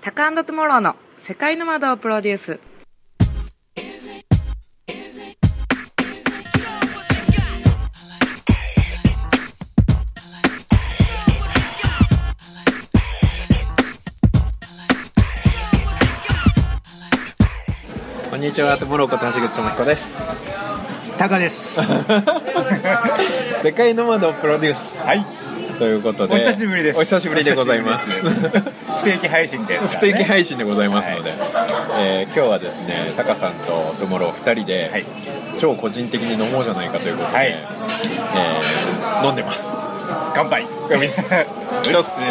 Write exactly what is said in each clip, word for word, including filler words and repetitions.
タカ&トゥモローの世界の窓をプロデュース。 こんにちは、トゥモローこと橋口智彦です。 タカです。 世界の窓をプロデュース。 はい。 ということで、 お久しぶりです。 お久しぶりでございます。 不定期配信です、ね。 不定期配信でございますので、はい、えー、今日はですね、タカさんとトゥモローふたりで、はい、超個人的に飲もうじゃないかということで、はい、えー、飲んでます。 乾杯。 乾杯。一つ。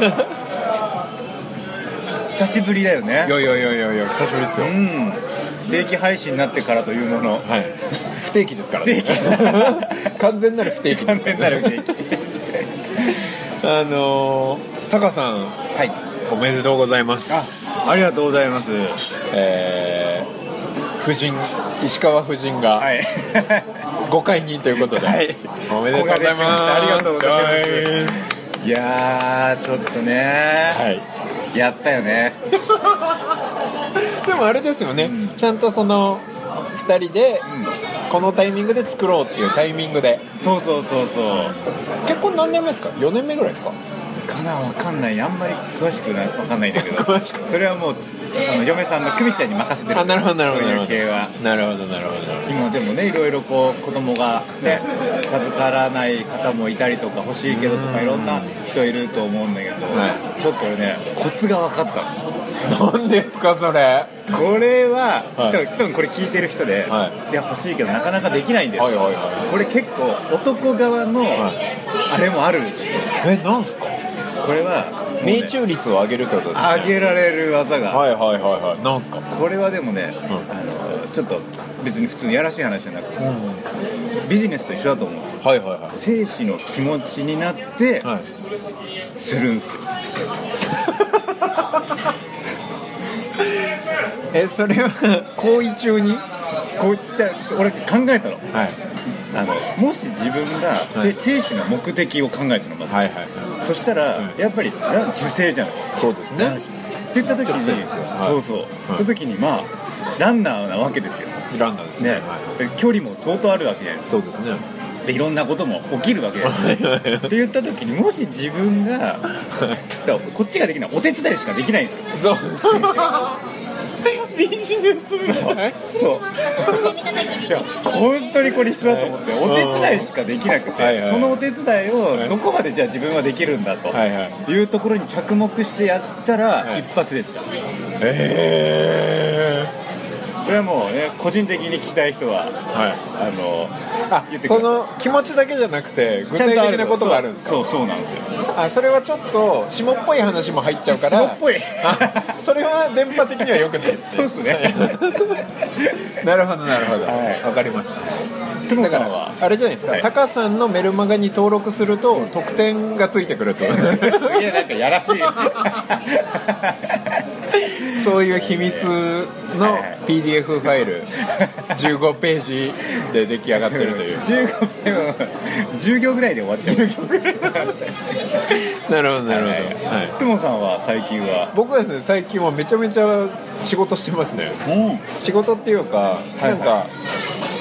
久しぶりだよね。 いやいやいやいやいや、久しぶりですよ。うん。 不定期配信になってからというもの、 はい、不定期ですからね。完全なる不定期。 完全なる不定期。 あのー、タカさん、 はい、 おめでとうございます。 あ, ありがとうございます。 えー、夫人、石川夫人がご解任ということで、はい、おめでとうございます。 ありがとうございます。いやー、ちょっとね、はい、やったよね。 でもあれですよね、うん、ちゃんとそのふたりで、うん、このタイミングで作ろうっていうタイミングで。 そうそうそうそう。 結婚何年目ですか？よねんめぐらいですか？ かな、わかんない。あんまり詳しくない、わかんないんだけど詳しくそれはもうあの嫁さんの久美ちゃんに任せてる。 あ、なるほどなるほど。 そういう系はなるほどなるほど。 今でもね、いろいろこう子供がね授からない方もいたりとか、欲しいけどとかいろんな人いると思うんだけど、はい、ちょっとねコツが分かったの。何ですかそれ？ これは、はい、多分これ聞いてる人で、はい、いや欲しいけどなかなかできないんですよ、はいはいはい、これ結構男側の、はい、あれもあるんですよ。 え、なんすかこれは、 ね、命中率を上げるってことですね。 上げられる技が、 はいはいはいはい。なんすかこれは。でもね、うん、あのちょっと別に普通にやらしい話じゃなくて、うん、ビジネスと一緒だと思うんですよ、はいはいはい、生死の気持ちになって、はい、するんですよ。 え、それは行為中にこういった俺考えたの、はい、あのもし自分が、はい、生死の目的を考えたのまず、はいはいはい、そしたら、はい、やっぱり受精じゃん。 そうですねって言った時に、はい、そうそう、はい、その時にまあランナーなわけですよ。 ランナーですね、ね、 はい、距離も相当あるわけじゃないですか。 そうですね。 でいろんなことも起きるわけですって言った時に、もし自分がこっちができないお手伝いしかできないんですよ。そうビジネスみたい。そういや本当にこれ一緒だと思って、はい、お手伝いしかできなくて、はいはい、そのお手伝いをどこまでじゃあ自分はできるんだというところに着目してやったら一発でした。 へー、これはもうね、個人的に聞きたい人は、はい、あのあ言ってください。その気持ちだけじゃなくて具体的なことがあるんですか？ そうそうなんですよ。 あ、それはちょっと下っぽい話も入っちゃうから。 下っぽいそれは電波的には良くないですね。 そうですね。 なるほどなるほど、はい、分かりました。だからあれじゃないですか、はい、タカさんのメルマガに登録すると特典がついてくると。 すげえなんかやらしい。 そういう秘密の ピーディーエフ ファイルじゅうごページで出来上がってるという。 じゅうごページじゅう行ぐらいで終わっちゃう。 なるほどなるほど。 トモさんは最近は？ 僕はですね、最近はめちゃめちゃ仕事してますね、うん、仕事っていうか、なんか、はい、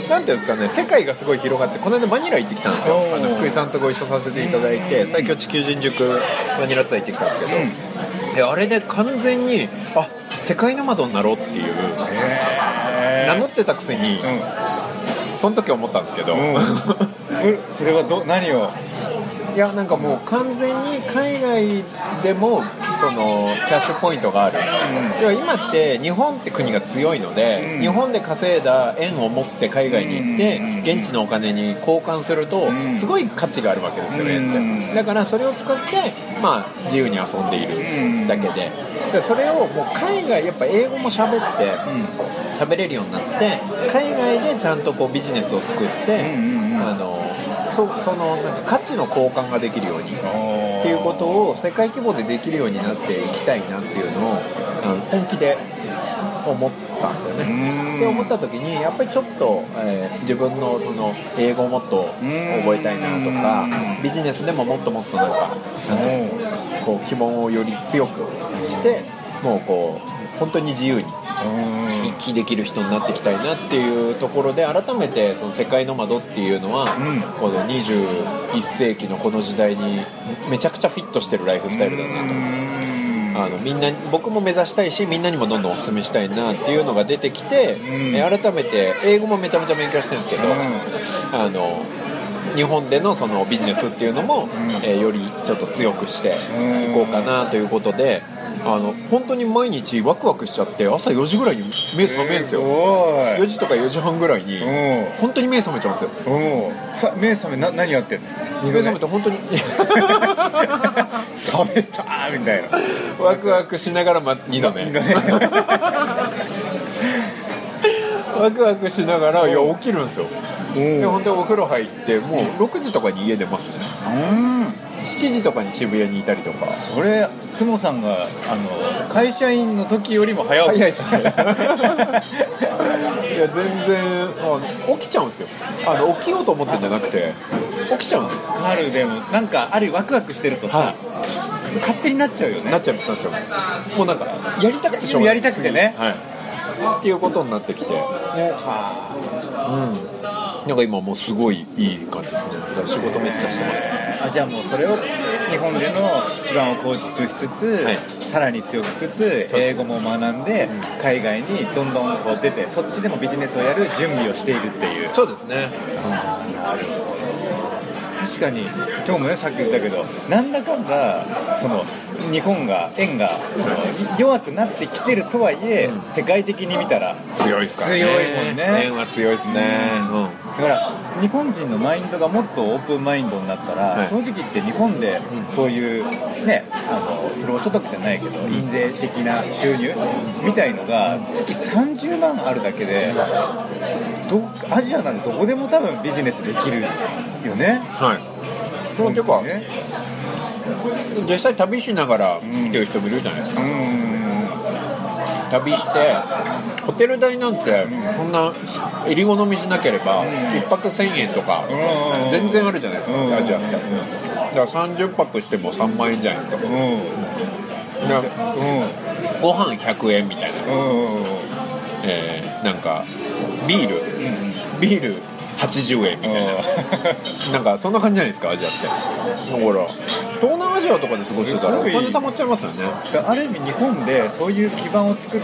なんていうんですかね、世界がすごい広がって、この間マニラ行ってきたんですよ。あの福井さんとご一緒させていただいて、最強地球人塾マニラツアー行ってきたんですけど、うん、であれで完全にあ世界の窓になろうっていう名乗ってたくせに、うん、その時思ったんですけど、うん、 それはど何を？ いや、なんかもう完全に海外でもそのキャッシュポイントがある、うん、要は今って日本って国が強いので、うん、日本で稼いだ円を持って海外に行って、うん、現地のお金に交換するとすごい価値があるわけですよ、円って。だからそれを使って、まあ、自由に遊んでいるだけで、でそれをもう海外やっぱ英語も喋って喋れるようになって、海外でちゃんとこうビジネスを作って、あのそ, そのなんか価値の交換ができるようにっていうことを世界規模でできるようになっていきたいなっていうのをあの本気で思ったんですよね。で思った時にやっぱりちょっと、えー、自分のその英語をもっと覚えたいなとか、ビジネスでももっともっとなんかちゃんとこう基本をより強くしてもうこう本当に自由に生きできる人になっていきたいなっていうところで、改めてその世界の窓っていうのは、うん、このにじゅういっ世紀のこの時代にめちゃくちゃフィットしてるライフスタイルだなと。あのみんな僕も目指したいし、みんなにもどんどんお勧めしたいなっていうのが出てきて、うん、改めて英語もめちゃめちゃ勉強してるんですけど、うん、あの日本でのそのビジネスっていうのも、うんえー、よりちょっと強くしていこうかなということで、あの本当に毎日ワクワクしちゃって、朝よじぐらいに目覚めるんですよ。よじとかよじはんぐらいに本当に目覚めちゃうんですよ。 さ目覚めな何やってんの？ 目覚めて本当に覚めたーみたいなワクワクしながら、ま、にどめワクワクしながらいや起きるんですよ。で本当にお風呂入ってもうろくじとかに家出ますね。うんしちじとかに渋谷にいたりとか。 それトモさんがあの会社員の時よりも早起き。 早いですねいや全然あの起きちゃうんですよ。あの起きようと思ってんじゃなくて起きちゃうんですよ。 あるでもなんかあるワクワクしてるとさ、はい、勝手になっちゃうよね。 なっちゃいますなっちゃいますもうなんかやりたくてしょうがない。 やりたくてね、 はい、っていうことになってきて、はうん、なんか今もうすごいいい感じですね。だから仕事めっちゃしてますね。 あじゃあもうそれを日本での基盤を構築しつつ、はい、さらに強くしつつ英語も学んで、うん、海外にどんどんこう出てそっちでもビジネスをやる準備をしているっていう。 そうですね、 うん、なるほど。確かに今日もねさっき言ったけどなんだかんだその日本が円がその弱くなってきてるとはいえ、うん、世界的に見たら強いですからね。 強いもんね。 円は強いですね、うんうん、 だから日本人のマインドがもっとオープンマインドになったら、はい、正直言って日本でそういうねあの不労所得じゃないけど印税的な収入みたいのが月さんじゅうまんあるだけでどアジアなんてどこでも多分ビジネスできるよね。 はい。そうてか、ね、実際旅しながら来てる人もいるじゃないですか。うん、旅してホテル代なんてこんなえり好みしなければいっぱくせんえんとか全然あるじゃないですか、アジアって。だからさんじゅっぱくしてもさんまんえんじゃないですか。うん、ご飯ひゃくえんみたいな、えー、なんかビールビールはちじゅうえんみたいななんかそんな感じじゃないですかアジアって。だから東南アジアとかで過ごしてたらお金貯まっちゃいますよね。 ある意味日本でそういう基盤を作って、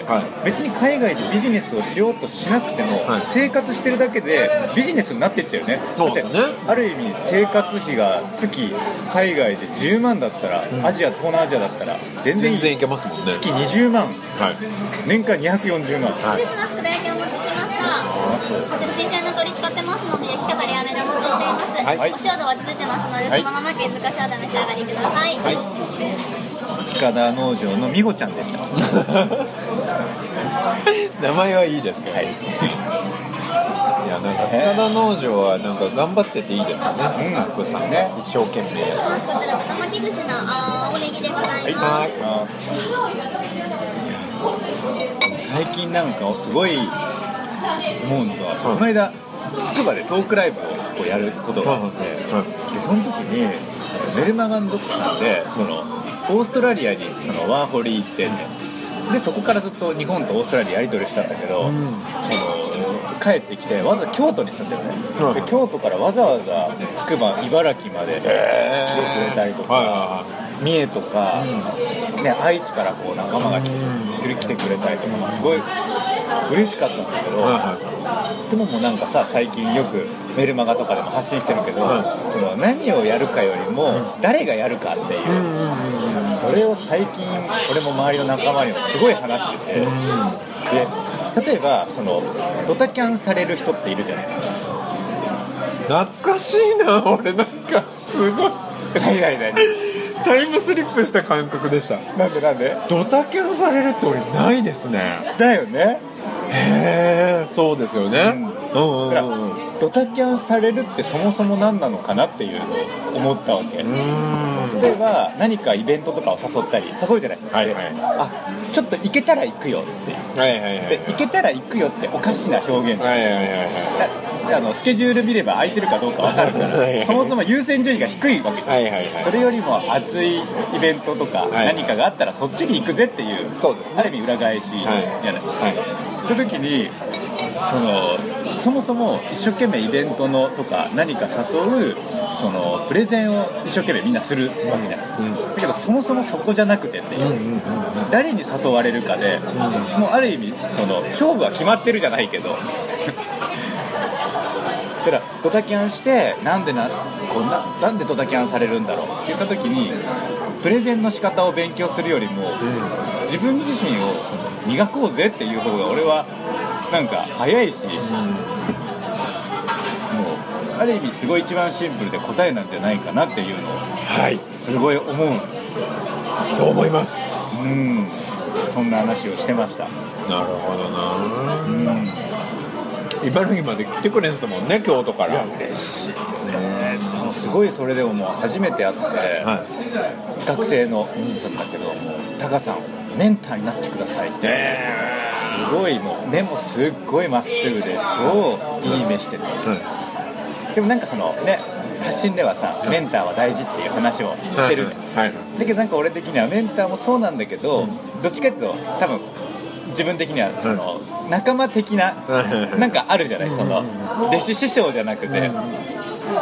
はい、別に海外でビジネスをしようとしなくても、はい、生活してるだけでビジネスになっていっちゃうよね。 そうですね。 だってある意味生活費が月海外でじゅうまんだったら、うん、アジア東南アジアだったら全然いい。 全然いけますもんね。 月にじゅうまん、はい、年間にひゃくよんじゅうまん、 はい、失礼します。黒焼きお持ちしました。こちら新鮮な鶏使ってますので焼き方レアめでお持ちしています、はい、お塩度はついてますので、はい、そのまま削りかしで召し上がりください。はい、 塚田農場の美穂ちゃんでした名前はいいですけど、はい、いやなんか塚田農場はなんか頑張ってていいですよね、うん、スタッフさんね一生懸命。 こちら豚巻き串のおネギでございます、はい、 最近なんかすごい思うのが、この間つくばでトークライブをこうやることがあって、でその時にメルマガンドックさんでそのオーストラリアにそのワーホリ行ってね、でそこからずっと日本とオーストラリアやり取りしたんだけど、うん、その帰ってきてわざ京都に住んでるね、うん、で京都からわざわざつくば茨城まで来てくれたりとか、三重とか、うんね、愛知からこう仲間が来て、来てくれたりとかすごい嬉しかったんだけど、はいはい、でももうなんかさ最近よくメルマガとかでも発信してるけど、はい、その何をやるかよりも誰がやるかっていう、うん、それを最近俺も周りの仲間にもすごい話してて、うん、で例えばそのドタキャンされる人っているじゃない。 懐かしいな。俺なんかすごい何何何タイムスリップした感覚でした。 なんでなんでドタキャンされるって俺ないですね。 だよね。 へー、そうですよね、うんうんうんうん、 ドタキャンされるってそもそも何なのかなっていうのを思ったわけ。うーん、例えば何かイベントとかを誘ったり誘うじゃない、はいはい、あちょっと行けたら行くよって、はいはいはいはい、で行けたら行くよっておかしな表現、はいはいはいはい、 あのスケジュール見れば空いてるかどうか分かるからそもそも優先順位が低いわけです、はいはいはい、それよりも熱いイベントとか何かがあったらそっちに行くぜっていう、そうですね、ある意味裏返しじゃない、はいはい、そういう時にそのそもそも一生懸命イベントのとか何か誘うそのプレゼンを一生懸命みんなするわけじゃない、うん、だけどそもそもそこじゃなくてっていう、うんうんうん、誰に誘われるかで、うん、もうある意味その勝負は決まってるじゃないけどだからドタキャンしてなんでなこんななんでドタキャンされるんだろうって言った時にプレゼンの仕方を勉強するよりも、うん、自分自身を磨こうぜっていう方が俺はなんか早いし、うん、もうある意味すごい一番シンプルで答えなんじゃないかなっていうのをすごい思う、 はい、そう思います、 うん、そんな話をしてました。 なるほどな、うん、茨城まで来てくれんすもんね京都から。いや嬉しいね。もうすごいそれでももう初めて会って、はい、学生の人だったけどタカさんメンターになってくださいって、えー、すごいもう目もすっごいまっすぐで超いい目してて、うん、でもなんかそのね発信ではさメンターは大事っていう話をしてるじゃん、はいはい、だけどなんか俺的にはメンターもそうなんだけど、うん、どっちかっていうと多分自分的にはその、うん、仲間的ななんかあるじゃない、その弟子師匠じゃなくて、うん、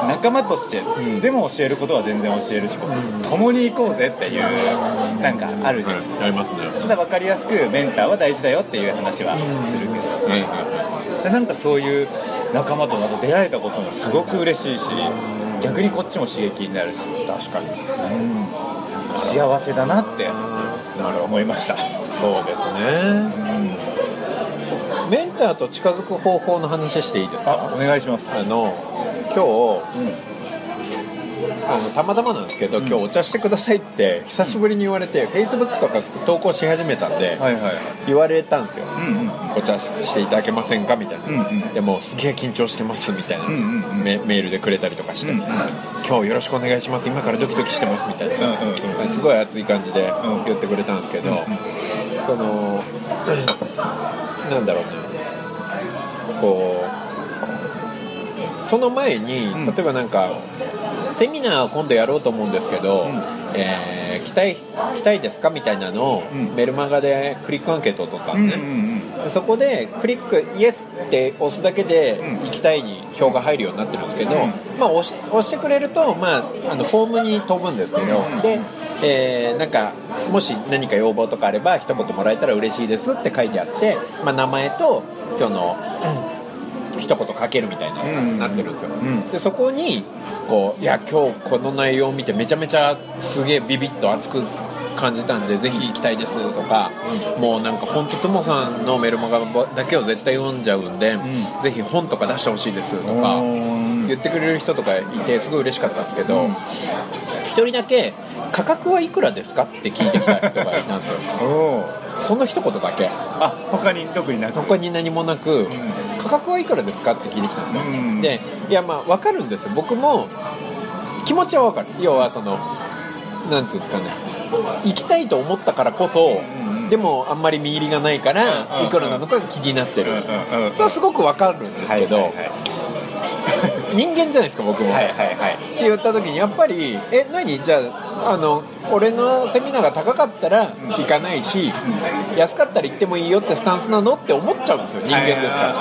仲間として、うん、でも教えることは全然教えるし、うん、共に行こうぜっていうなんかあるじゃん、うん、 ありますね。 ただ分かりやすくメンターは大事だよっていう話はするけど、うん、なんかそういう仲間とまた出会えたこともすごく嬉しいし、逆にこっちも刺激になるし、確かに、うん、幸せだなって思いました。 そうですね、うん、メンターと近づく方法の話していいですか。 お願いします。 あの今日、うんあのたまたまなんですけど、うん、今日お茶してくださいって久しぶりに言われて、うん、Facebook とか投稿し始めたんで、はいはいはい、言われたんですよ、うんうん、お茶していただけませんかみたいな、うんうん、でもすげえ緊張してますみたいな、うんうんうん、メ, メールでくれたりとかして、うんうん、今日よろしくお願いします今からドキドキしてますみたいな、うんうん、すごい熱い感じで言ってくれたんですけど、うんうん、そのなんだろうねこうその前に例えばなんか、うん、セミナーを今度やろうと思うんですけど、うんえー、来たい、来たいですかみたいなのを、うん、メルマガでクリックアンケートを取ったんですね、うんうんうん、そこでクリックイエスって押すだけで、うん、行きたいに票が入るようになってるんですけど、うんまあ、押し、押してくれると、まあ、あのフォームに飛ぶんですけど、うん、で、えー、なんかもし何か要望とかあれば一言もらえたら嬉しいですって書いてあって、まあ、名前と今日の、うん一言かけるみたいなになってるんですよ、うん、でそこにこういや今日この内容を見てめちゃめちゃすげえビビッと熱く感じたんでぜひ行きたいですとか、うん、もうなんか本当ともさんのメルマガだけを絶対読んじゃうんで、うん、ぜひ本とか出してほしいですとか言ってくれる人とかいてすごい嬉しかったんですけど、うん、一人だけ価格はいくらですかって聞いてきた人がいたんですよその一言だけあ他に特になく他に何もなく、うん価格はいくらですかって聞いてきたんですよ、うん、でいやまあ分かるんですよ僕も気持ちは分かる要はそのなんていうんですかね行きたいと思ったからこそ、うん、でもあんまり見入りがないから、うん、いくらなのかが気になってる、うん、それはすごく分かるんですけど、はいはいはい人間じゃないですか僕も、はいはいはい、って言った時にやっぱりえ何じゃあ、あの俺のセミナーが高かったら行かないし、うん、安かったら行ってもいいよってスタンスなのって思っちゃうんですよ人間ですから、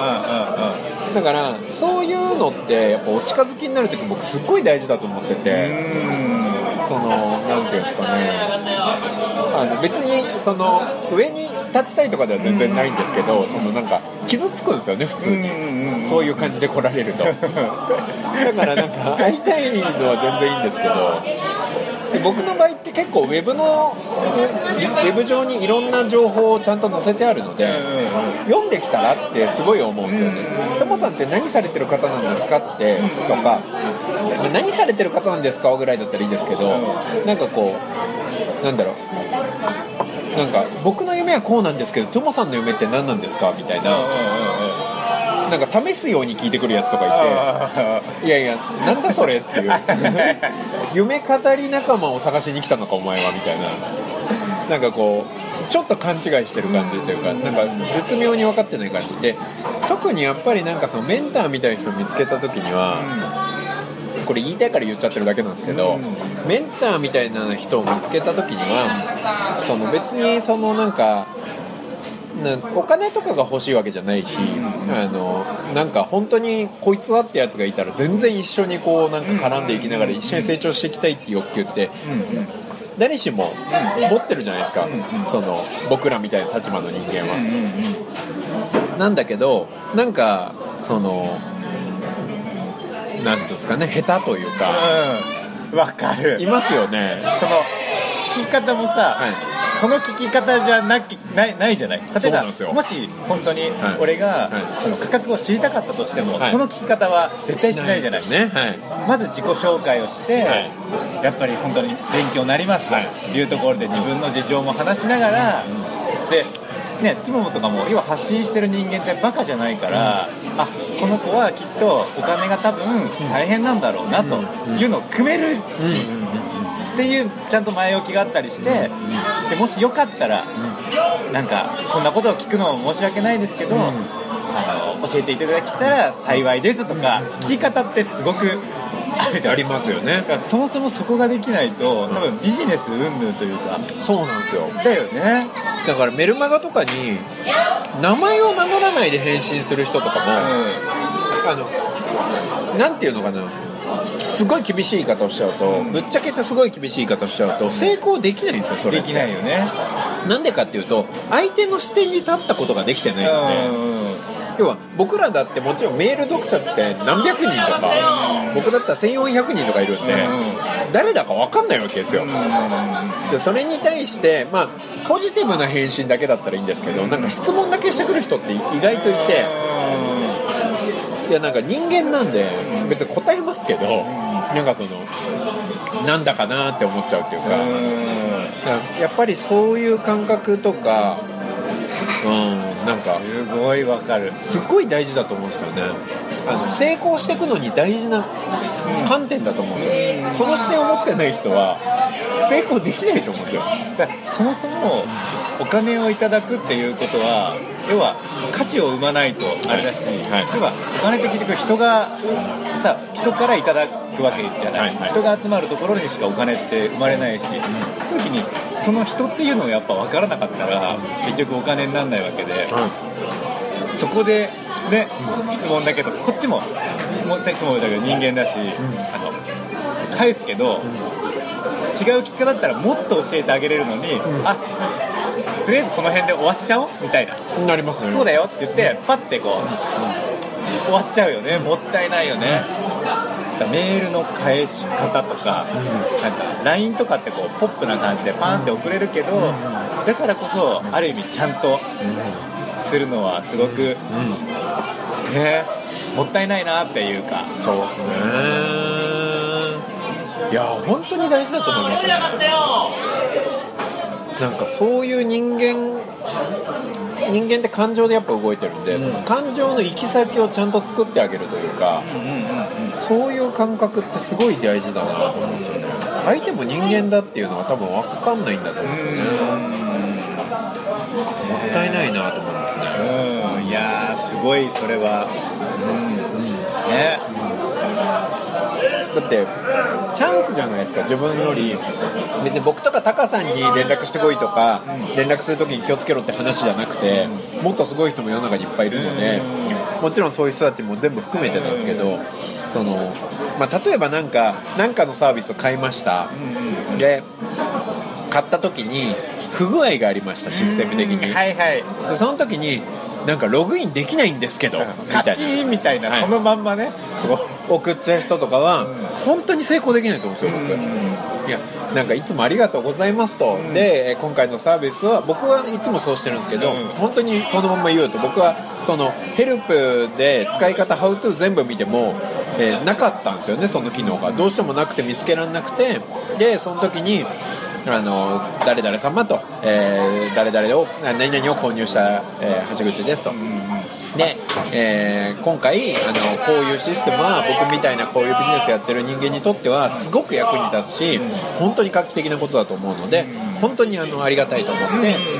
だからそういうのってやっぱお近づきになる時僕すっごい大事だと思ってて、そのなんていうんですかねあの別にその上に立ちたいとかでは全然ないんですけど、そのなんか傷つくんですよね普通にそういう感じで来られるとだからなんか会いたいのは全然いいんですけど、で僕の場合って結構ウェブのウェブ上にいろんな情報をちゃんと載せてあるので読んできたらってすごい思うんですよね。ともさんって何されてる方なんですかってとか何されてる方なんですかぐらいだったらいいですけど、なんかこうなんだろうなんか僕の夢はこうなんですけどともさんの夢って何なんですかみたいななんか試すように聞いてくるやつとかいていやいやなんだそれっていう夢語り仲間を探しに来たのかお前はみたいななんかこうちょっと勘違いしてる感じというか、なんか絶妙に分かってない感じで、特にやっぱりなんかそのメンターみたいな人を見つけた時には、これ言いたいから言っちゃってるだけなんですけど、メンターみたいな人を見つけた時には、その別にそのなんかなお金とかが欲しいわけじゃないし、あのなんか本当にこいつはってやつがいたら全然一緒にこうなんか絡んでいきながら一緒に成長していきたいっていう欲求って誰しも持ってるじゃないですか、その僕らみたいな立場の人間は。なんだけどなんかそのなんていうんですかね、下手というか、 うん、分かる、 いますよね。 その聞き方もさ、はい、その聞き方じゃなき な, いないじゃない。例えばもし本当に俺が、はいはい、その価格を知りたかったとしても、はい、その聞き方は絶対しないじゃない。しないですね、はい、まず自己紹介をして、はい、やっぱり本当に勉強になりますというところで自分の事情も話しながら、うん、でね、ティモモとかも要は発信してる人間ってバカじゃないから、うん、あ、この子はきっとお金が多分大変なんだろうなというのを組めるし、うん、っていうちゃんと前置きがあったりして、うん、でもしよかったら、うん、なんかこんなことを聞くのも申し訳ないですけど、うん、あの教えていただけたら幸いですとか、うん、聞き方ってすごくあるじゃん。 ありますよね。 そもそもそこができないと多分ビジネス云々というか、 そうなんですよ。 だよね。 だからメルマガとかに名前を名乗らないで返信する人とかも、うん、あのなんていうのかな、すごい厳しい言い方をしちゃうと、うん、ぶっちゃけてすごい厳しい言い方をしちゃうと成功できないんですよ。それできないよね。 なんでかっていうと相手の視点に立ったことができてないので、うん、要は僕らだってもちろんメール読者って何百人とか、うん、僕だったらせんよんひゃくにんとかいるんで、うん、誰だか分かんないわけですよ、うん、でそれに対して、まあ、ポジティブな返信だけだったらいいんですけど、なんか質問だけしてくる人って意外といて、いやなんか人間なんで別に答えますけど、なんかそのなんだかなって思っちゃうっていうか、やっぱりそういう感覚とか、うん、なんかすごいわかる。 すっごい大事だと思うんですよね。あの成功していくのに大事な観点だと思うんですよ、うん、その視点を持ってない人は成功できないと思うんですよ。 だからそもそもお金をいただくっていうことは要は価値を生まないとあれだし、はいはい、要はお金って結局人がさ人からいただくわけじゃない、はいはい、人が集まるところにしかお金って生まれないし、うん、その時にその人っていうのをやっぱ分からなかったら結局お金にならないわけで、うん、そこでね、質問だけどこっちももう質問だけど人間だし、うん、あの返すけど、うん、違う聞き方だったらもっと教えてあげれるのに、うん、あとりあえずこの辺で終わっちゃおうみたいななりますね。 そうだよって言って、うん、パッてこう、うん、終わっちゃうよね。もったいないよね。メールの返し方とか、うん、なんか ライン とかってこうポップな感じでパーンって送れるけど、うん、だからこそある意味ちゃんとするのはすごく、うん、ね、もったいないなっていうか。 そうですね。いや本当に大事だと思いますね。なんかそういう人間人間って感情でやっぱ動いてるんで、うん、その感情の行き先をちゃんと作ってあげるというか、うんうんうんうん、そういう感覚ってすごい大事だなと思うんですよね。相手も人間だっていうのは多分分かんないんだと思うんですよね。もったいないなと思いますね。 うん、いやすごいそれは、うんうんね、 だってチャンスじゃないですか。自分より別に僕とかタカさんに連絡してこいとか、うん、連絡するときに気をつけろって話じゃなくて、うん、もっとすごい人も世の中にいっぱいいるので、うん、もちろんそういう人たちも全部含めてなんですけど、その、まあ、例えばなんかなんかのサービスを買いました、うん、で買ったときに不具合がありました、システム的に、 うん、はいはい、 でその時になんかログインできないんですけど、 カチーンみたいな、はい、そのまんまね送っちゃう人とかは、うん、本当に成功できないと思うんですよ僕、うん、いやなんかいつもありがとうございますと、うん、で今回のサービスは僕はいつもそうしてるんですけど、うん、本当にそのまま言うと僕はそのヘルプで使い方 How to 全部見ても、えー、なかったんですよね。その機能がどうしてもなくて見つけられなくて、でその時にあの誰々様と、えー、誰々を何々を購入した、えー、橋口ですと、うん、で、えー、今回あのこういうシステムは僕みたいなこういうビジネスやってる人間にとってはすごく役に立つし、本当に画期的なことだと思うので、本当にあのありがたいと思って、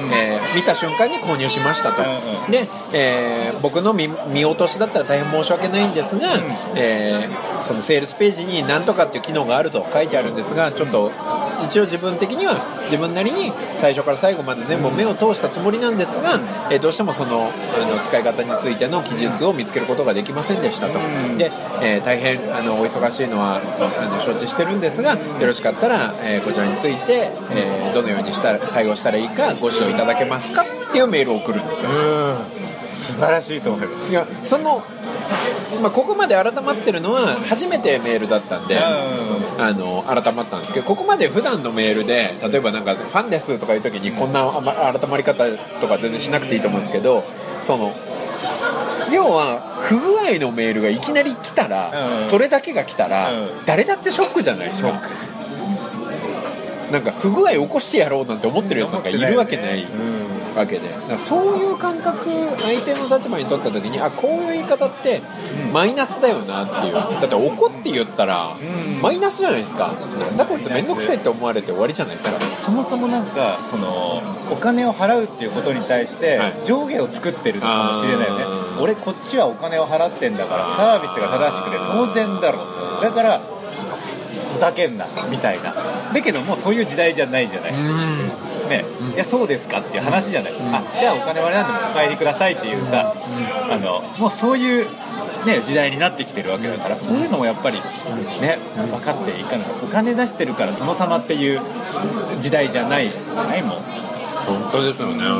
えー、見た瞬間に購入しましたと、うんうん、で、えー、僕の 見, 見落としだったら大変申し訳ないんですが、うんえー、そのセールスページに何とかっていう機能があると書いてあるんですが、ちょっと一応自分的には自分なりに最初から最後まで全部目を通したつもりなんですが、えー、どうしてもその、あの使い方についての記述を見つけることができませんでしたと、うん、で、えー、大変あのお忙しいのはあの承知してるんですが、よろしかったら、えー、こちらについて、えー、どのようにしたら対応したらいいかご指導いただけますかっていうメールを送るんですよ。 うん素晴らしいと思います。 いやその、まあ、ここまで改まってるのは初めてメールだったんで、あの改まったんですけど、ここまで普段のメールで例えばなんかファンですとかいう時にこんな改まり方とか全然しなくていいと思うんですけど、その要は不具合のメールがいきなり来たら、うん、それだけが来たら、うん、誰だってショックじゃないですか。なんか不具合起こしてやろうなんて思ってるやつなんかいるわけないわけで、だからそういう感覚、相手の立場に取った時に、あこういう言い方ってマイナスだよなっていう、だって怒って言ったらマイナスじゃないですか。なんだこいつめんどくせえって思われて終わりじゃないですか。 そもそもなんかそのお金を払うっていうことに対して上下を作ってるのかもしれないよね、はい、俺こっちはお金を払ってんだからサービスが正しくて当然だろ、だからふざけんなみたいな。だけどもうそういう時代じゃないじゃない、ね、いやそうですかっていう話じゃない、あじゃあお金割れなんでもお帰りくださいっていうさ、あのもうそういう、ね、時代になってきてるわけだから、そういうのもやっぱり、ね、分かっていかない。お金出してるから殿様っていう時代じゃないじゃないもん。 本当ですよね、うん、い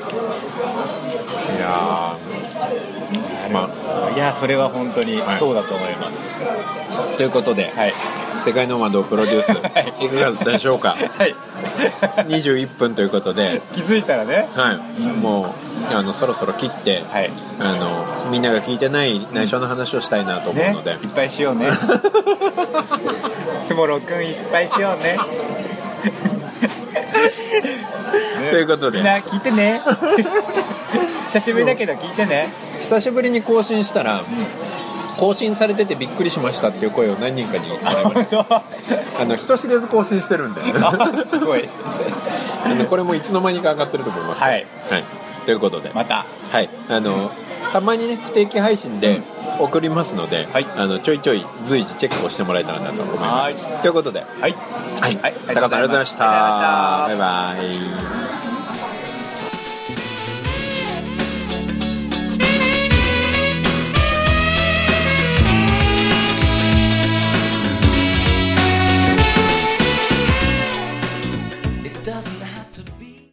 やまあ、いやそれは本当にそうだと思います、 はい、ということで、はい、世界ノマドプロデュース、はい、いかがだったでしょうか、はい、にじゅういっぷんということで気づいたらね、 はい、もうあのそろそろ切って、はい、あのみんなが聞いてない内緒の話をしたいなと思うので、 ね、いっぱいしようねつもろくんいっぱいしようねということでみんな聞いてね久しぶりだけど聞いてね。 久しぶりに更新したら、うん、更新されててびっくりしましたっていう声を何人かに言われましたあの人知れず更新してるんですごいあのこれもいつの間にか上がってると思います、 はいはい、ということでまた、 はい、あのたまにね不定期配信で送りますので、はい、あのちょいちょい随時チェックをしてもらえたらなと思います。ということで、 はい、 はいはい、高さんありがとうございました。バイバイ。